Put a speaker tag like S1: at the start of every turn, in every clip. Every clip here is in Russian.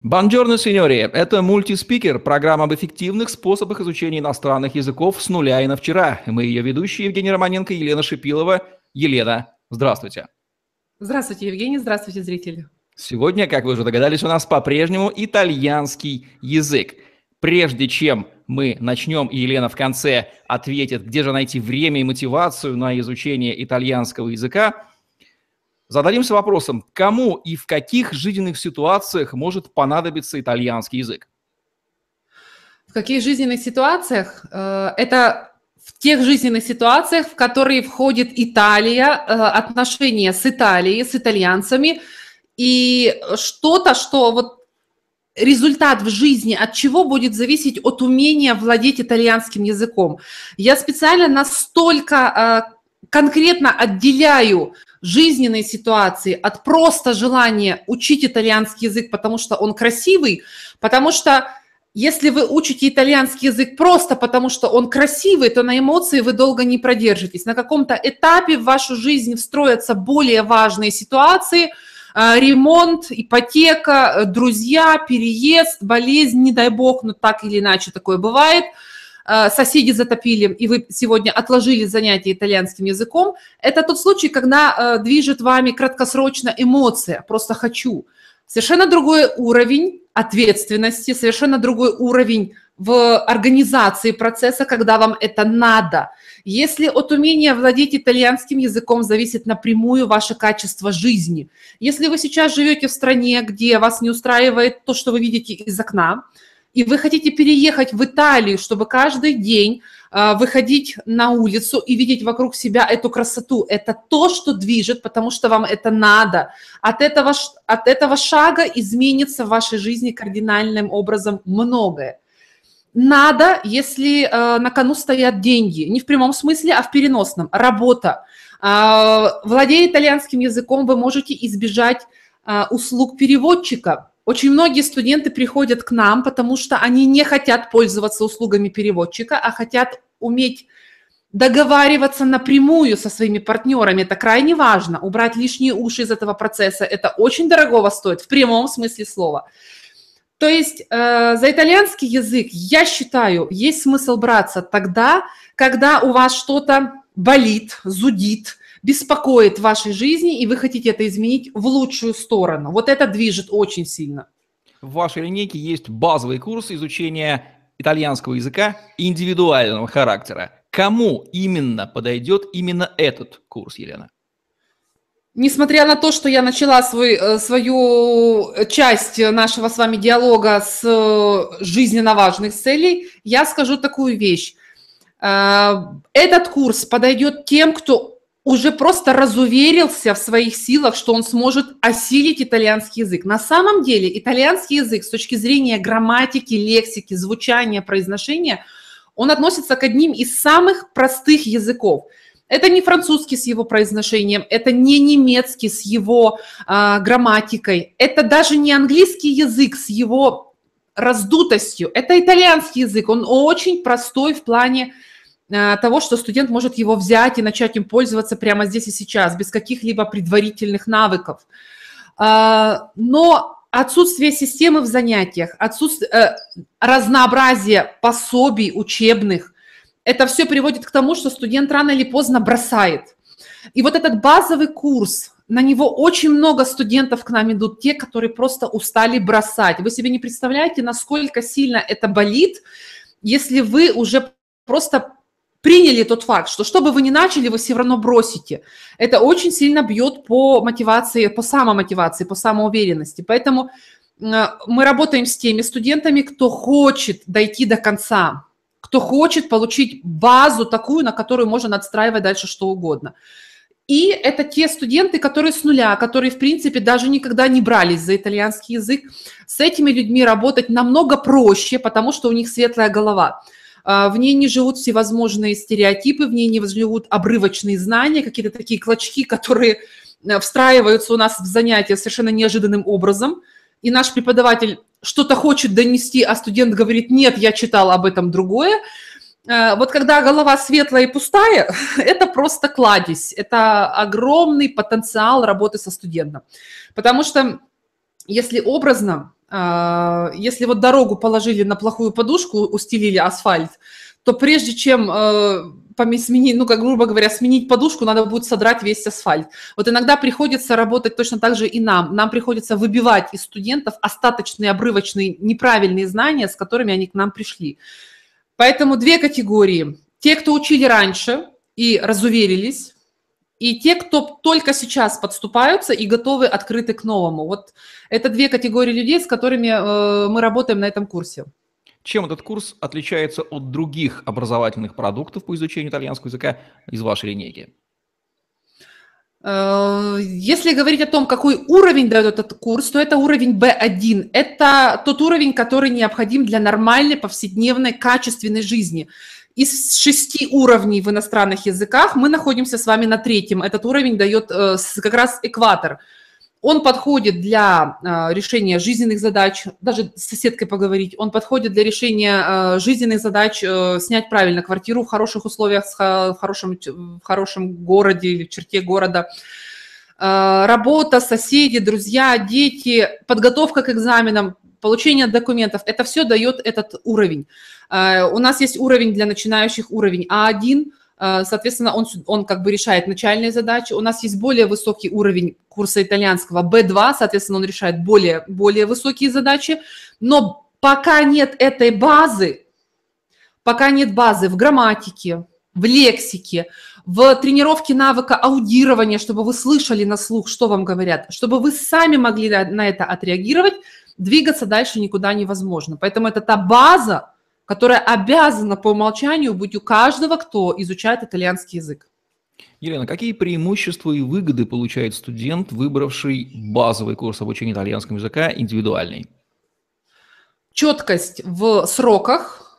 S1: Бонжорно, сеньори! Это мультиспикер, программа об эффективных способах изучения иностранных языков с нуля и на вчера. Мы ее ведущие Евгений Романенко и Елена Шипилова. Елена, здравствуйте.
S2: Здравствуйте, Евгений, здравствуйте, зрители.
S1: Сегодня, как вы уже догадались, у нас по-прежнему итальянский язык. Прежде чем мы начнем, и Елена в конце ответит, где же найти время и мотивацию на изучение итальянского языка, зададимся вопросом, кому и в каких жизненных ситуациях может понадобиться итальянский язык?
S2: В каких жизненных ситуациях? Это в тех жизненных ситуациях, в которые входит Италия, отношения с Италией, с итальянцами, и что-то, что вот результат в жизни, от чего будет зависеть от умения владеть итальянским языком. Я специально настолько конкретно отделяю жизненные ситуации от просто желания учить итальянский язык, потому что он красивый, потому что если вы учите итальянский язык просто потому, что он красивый, то на эмоции вы долго не продержитесь. На каком-то этапе в вашу жизнь встроятся более важные ситуации: ремонт, ипотека, друзья, переезд, болезнь, не дай бог, но так или иначе такое бывает. Соседи затопили, и вы сегодня отложили занятие итальянским языком. Это тот случай, когда движет вами краткосрочно эмоция, просто хочу. Совершенно другой уровень ответственности, совершенно другой уровень в организации процесса, когда вам это надо. Если от умения владеть итальянским языком зависит напрямую ваше качество жизни. Если вы сейчас живете в стране, где вас не устраивает то, что вы видите из окна, и вы хотите переехать в Италию, чтобы каждый день выходить на улицу и видеть вокруг себя эту красоту. Это то, что движет, потому что вам это надо. От этого шага изменится в вашей жизни кардинальным образом многое. Надо, если на кону стоят деньги, не в прямом смысле, а в переносном, работа. Владея итальянским языком, вы можете избежать услуг переводчика. Очень многие студенты приходят к нам, потому что они не хотят пользоваться услугами переводчика, а хотят уметь договариваться напрямую со своими партнерами. Это крайне важно. Убрать лишние уши из этого процесса – это очень дорогого стоит, в прямом смысле слова. То есть за итальянский язык, я считаю, есть смысл браться тогда, когда у вас что-то болит, зудит, беспокоит в вашей жизни, и вы хотите это изменить в лучшую сторону. Вот это движет очень сильно.
S1: В вашей линейке есть базовый курс изучения итальянского языка индивидуального характера. Кому именно подойдет именно этот курс, Елена?
S2: Несмотря на то, что я начала свою часть нашего с вами диалога с жизненно важных целей, я скажу такую вещь. Этот курс подойдет тем, кто уже просто разуверился в своих силах, что он сможет осилить итальянский язык. На самом деле итальянский язык с точки зрения грамматики, лексики, звучания, произношения, он относится к одним из самых простых языков. Это не французский с его произношением, это не немецкий с его грамматикой, это даже не английский язык с его раздутостью, это итальянский язык, он очень простой в плане того, что студент может его взять и начать им пользоваться прямо здесь и сейчас, без каких-либо предварительных навыков. Но отсутствие системы в занятиях, разнообразие пособий учебных, это все приводит к тому, что студент рано или поздно бросает. И вот этот базовый курс, на него очень много студентов к нам идут, те, которые просто устали бросать. Вы себе не представляете, насколько сильно это болит, если вы уже просто приняли тот факт, что бы вы ни начали, вы все равно бросите. Это очень сильно бьет по мотивации, по самомотивации, по самоуверенности. Поэтому мы работаем с теми студентами, кто хочет дойти до конца, кто хочет получить базу такую, на которую можно надстраивать дальше что угодно. И это те студенты, которые с нуля, которые, в принципе, даже никогда не брались за итальянский язык. С этими людьми работать намного проще, потому что у них светлая голова. В ней не живут всевозможные стереотипы, в ней не живут обрывочные знания, какие-то такие клочки, которые встраиваются у нас в занятия совершенно неожиданным образом. И наш преподаватель что-то хочет донести, а студент говорит: нет, я читал об этом другое. Вот когда голова светлая и пустая, это просто кладезь, это огромный потенциал работы со студентом. Потому что, если образно, Если вот дорогу положили на плохую подушку, устелили асфальт, то прежде чем сменить, ну, как грубо говоря, сменить подушку, надо будет содрать весь асфальт. Вот иногда приходится работать точно так же и нам. Нам приходится выбивать из студентов остаточные, обрывочные, неправильные знания, с которыми они к нам пришли. Поэтому две категории. Те, кто учили раньше и разуверились, и те, кто только сейчас подступаются и готовы, открыты к новому. Вот это две категории людей, с которыми мы работаем на этом курсе.
S1: Чем этот курс отличается от других образовательных продуктов по изучению итальянского языка из вашей линейки?
S2: Если говорить о том, какой уровень дает этот курс, то это уровень B1. Это тот уровень, который необходим для нормальной, повседневной, качественной жизни. Из 6 уровней в иностранных языках мы находимся с вами на 3-м. Этот уровень дает как раз экватор. Он подходит для решения жизненных задач, даже с соседкой поговорить. Он подходит для решения жизненных задач, снять правильно квартиру в хороших условиях, в хорошем городе или в черте города. Работа, соседи, друзья, дети, подготовка к экзаменам, получение документов. Это все дает этот уровень. У нас есть уровень для начинающих, уровень А1. Соответственно, он как бы решает начальные задачи. У нас есть более высокий уровень курса итальянского B2, соответственно, он решает более высокие задачи. Но пока нет этой базы, пока нет базы в грамматике, в лексике, в тренировке навыка аудирования, чтобы вы слышали на слух, что вам говорят, чтобы вы сами могли на это отреагировать, двигаться дальше никуда невозможно. Поэтому это та база, которая обязана по умолчанию быть у каждого, кто изучает итальянский язык.
S1: Елена, какие преимущества и выгоды получает студент, выбравший базовый курс обучения итальянского языка индивидуальный?
S2: Четкость в сроках,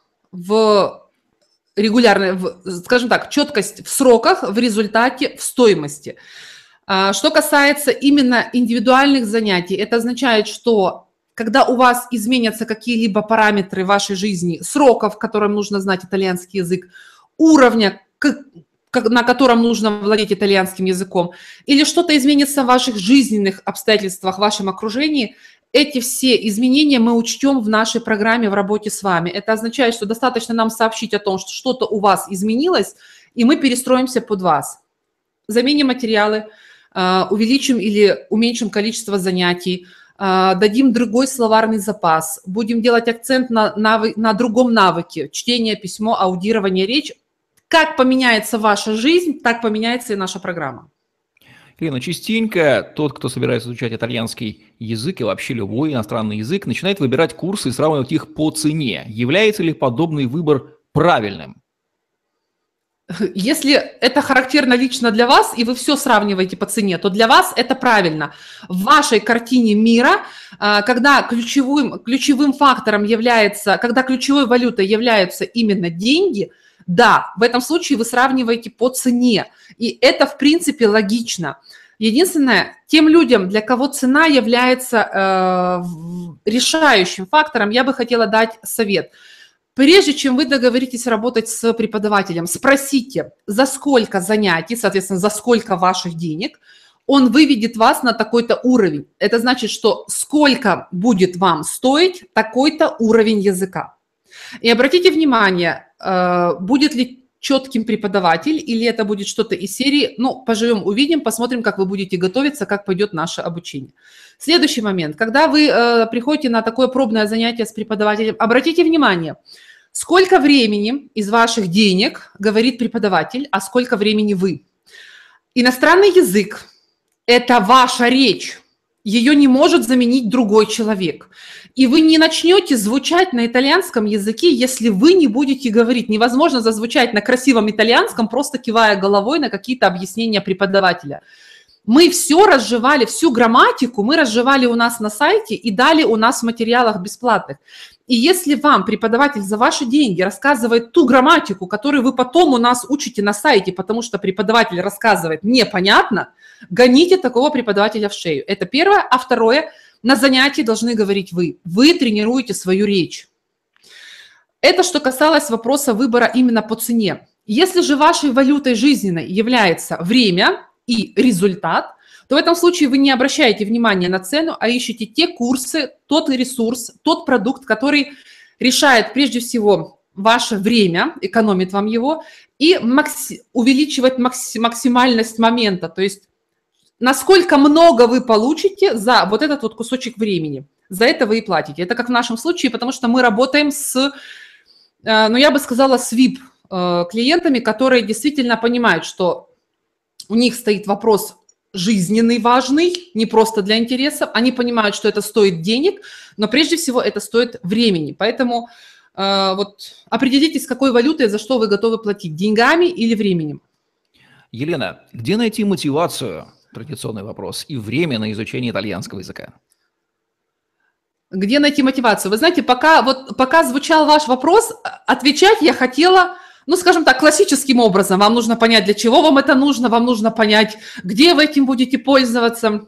S2: скажем так, четкость в сроках, в результате, в стоимости. Что касается именно индивидуальных занятий, это означает, что когда у вас изменятся какие-либо параметры вашей жизни, сроков, в котором нужно знать итальянский язык, уровня, на котором нужно владеть итальянским языком, или что-то изменится в ваших жизненных обстоятельствах, в вашем окружении, эти все изменения мы учтем в нашей программе в работе с вами. Это означает, что достаточно нам сообщить о том, что что-то у вас изменилось, и мы перестроимся под вас. Заменим материалы, увеличим или уменьшим количество занятий, дадим другой словарный запас, будем делать акцент на другом навыке: чтение, письмо, аудирование, речь. Как поменяется ваша жизнь, так поменяется и наша программа.
S1: Лена, частенько тот, кто собирается изучать итальянский язык и вообще любой иностранный язык, начинает выбирать курсы и сравнивать их по цене. Является ли подобный выбор правильным?
S2: Если это характерно лично для вас, и вы все сравниваете по цене, то для вас это правильно. В вашей картине мира, когда ключевым фактором является, когда ключевой валютой являются именно деньги, да, в этом случае вы сравниваете по цене. И это, в принципе, логично. Единственное, тем людям, для кого цена является решающим фактором, я бы хотела дать совет. Прежде чем вы договоритесь работать с преподавателем, спросите, за сколько занятий, соответственно, за сколько ваших денег он выведет вас на такой-то уровень. Это значит, что сколько будет вам стоить такой-то уровень языка. И обратите внимание, будет ли четким преподаватель или это будет что-то из серии, ну, поживем, увидим, посмотрим, как вы будете готовиться, как пойдет наше обучение. Следующий момент. Когда вы приходите на такое пробное занятие с преподавателем, обратите внимание, сколько времени из ваших денег говорит преподаватель, а сколько времени вы. Иностранный язык – это ваша речь. Ее не может заменить другой человек. И вы не начнете звучать на итальянском языке, если вы не будете говорить. Невозможно зазвучать на красивом итальянском, просто кивая головой на какие-то объяснения преподавателя. Мы все разжевали, всю грамматику мы разжевали у нас на сайте и дали у нас в материалах бесплатных. И если вам преподаватель за ваши деньги рассказывает ту грамматику, которую вы потом у нас учите на сайте, потому что преподаватель рассказывает непонятно, гоните такого преподавателя в шею. Это первое. А второе, на занятии должны говорить вы. Вы тренируете свою речь. Это что касалось вопроса выбора именно по цене. Если же вашей валютой жизненной является время и результат, то в этом случае вы не обращаете внимания на цену, а ищете те курсы, тот ресурс, тот продукт, который решает прежде всего ваше время, экономит вам его и увеличивает максимальность момента, то есть насколько много вы получите за вот этот вот кусочек времени. За это вы и платите. Это как в нашем случае, потому что мы работаем с, ну, я бы сказала, с VIP-клиентами, которые действительно понимают, что у них стоит вопрос жизненный, важный, не просто для интересов. Они понимают, что это стоит денег, но прежде всего это стоит времени. Поэтому вот определитесь, с какой валютой, за что вы готовы платить, деньгами или временем.
S1: Елена, где найти мотивацию, традиционный вопрос, и время на изучение итальянского языка?
S2: Где найти мотивацию? Вы знаете, пока звучал ваш вопрос, отвечать я хотела, ну, скажем так, классическим образом. Вам нужно понять, для чего вам это нужно, вам нужно понять, где вы этим будете пользоваться.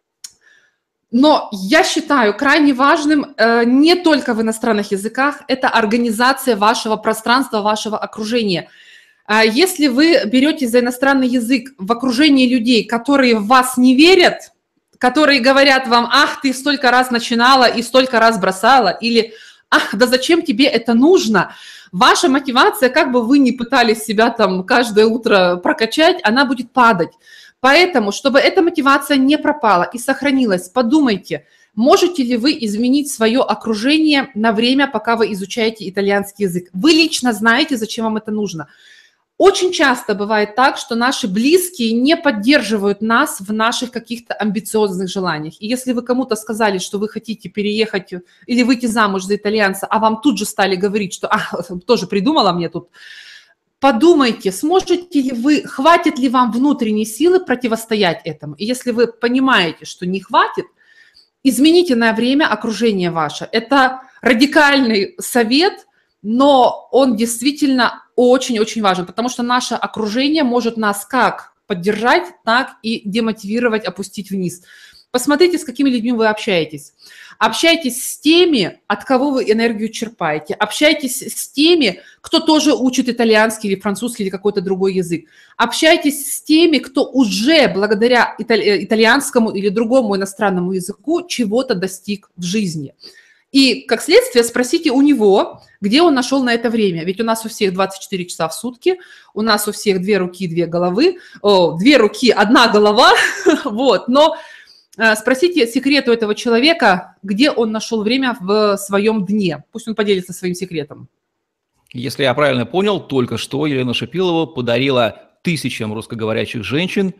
S2: Но я считаю крайне важным не только в иностранных языках, это организация вашего пространства, вашего окружения. Если вы берете за иностранный язык в окружении людей, которые в вас не верят, которые говорят вам: ах, ты столько раз начинала и столько раз бросала, или ах, да зачем тебе это нужно, ваша мотивация, как бы вы ни пытались себя там каждое утро прокачать, она будет падать. Поэтому, чтобы эта мотивация не пропала и сохранилась, подумайте, можете ли вы изменить свое окружение на время, пока вы изучаете итальянский язык. Вы лично знаете, зачем вам это нужно. Очень часто бывает так, что наши близкие не поддерживают нас в наших каких-то амбициозных желаниях. И если вы кому-то сказали, что вы хотите переехать или выйти замуж за итальянца, а вам тут же стали говорить, что тоже придумала мне тут, подумайте, сможете ли вы, хватит ли вам внутренней силы противостоять этому. И если вы понимаете, что не хватит, измените на время окружение ваше. Это радикальный совет, но он действительно очень-очень важен, потому что наше окружение может нас как поддержать, так и демотивировать, опустить вниз. Посмотрите, с какими людьми вы общаетесь. Общайтесь с теми, от кого вы энергию черпаете. Общайтесь с теми, кто тоже учит итальянский или французский или какой-то другой язык. Общайтесь с теми, кто уже благодаря итальянскому или другому иностранному языку чего-то достиг в жизни. И, как следствие, спросите у него, где он нашел на это время. Ведь у нас у всех 24 часа в сутки, у нас у всех 2 руки, 2 головы, 2 руки, 1 голова, вот. Но спросите секрет у этого человека, где он нашел время в своем дне. Пусть он поделится своим секретом.
S1: Если я правильно понял, только что Елена Шипилова подарила тысячам русскоговорящих женщин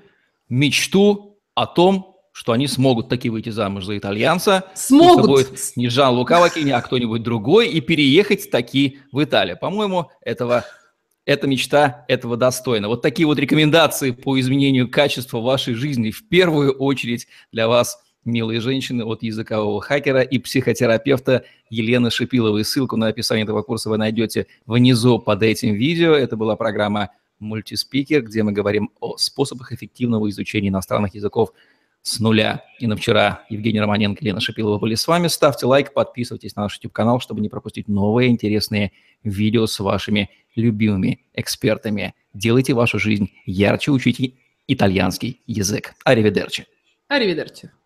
S1: мечту о том, что они смогут таки выйти замуж за итальянца.
S2: Смогут.
S1: Это будет не Жан Лука Ваккини, а кто-нибудь другой, и переехать таки в Италию. По-моему, эта мечта этого достойна. Вот такие вот рекомендации по изменению качества вашей жизни в первую очередь для вас, милые женщины, от языкового хакера и психотерапевта Елены Шипиловой. Ссылку на описание этого курса вы найдете внизу под этим видео. Это была программа «Мультиспикер», где мы говорим о способах эффективного изучения иностранных языков с нуля. И на вчера Евгений Романенко и Елена Шипилова были с вами. Ставьте лайк, подписывайтесь на наш YouTube-канал, чтобы не пропустить новые интересные видео с вашими любимыми экспертами. Делайте вашу жизнь ярче, учите итальянский язык. Аривидерчи.
S2: Аривидерчи.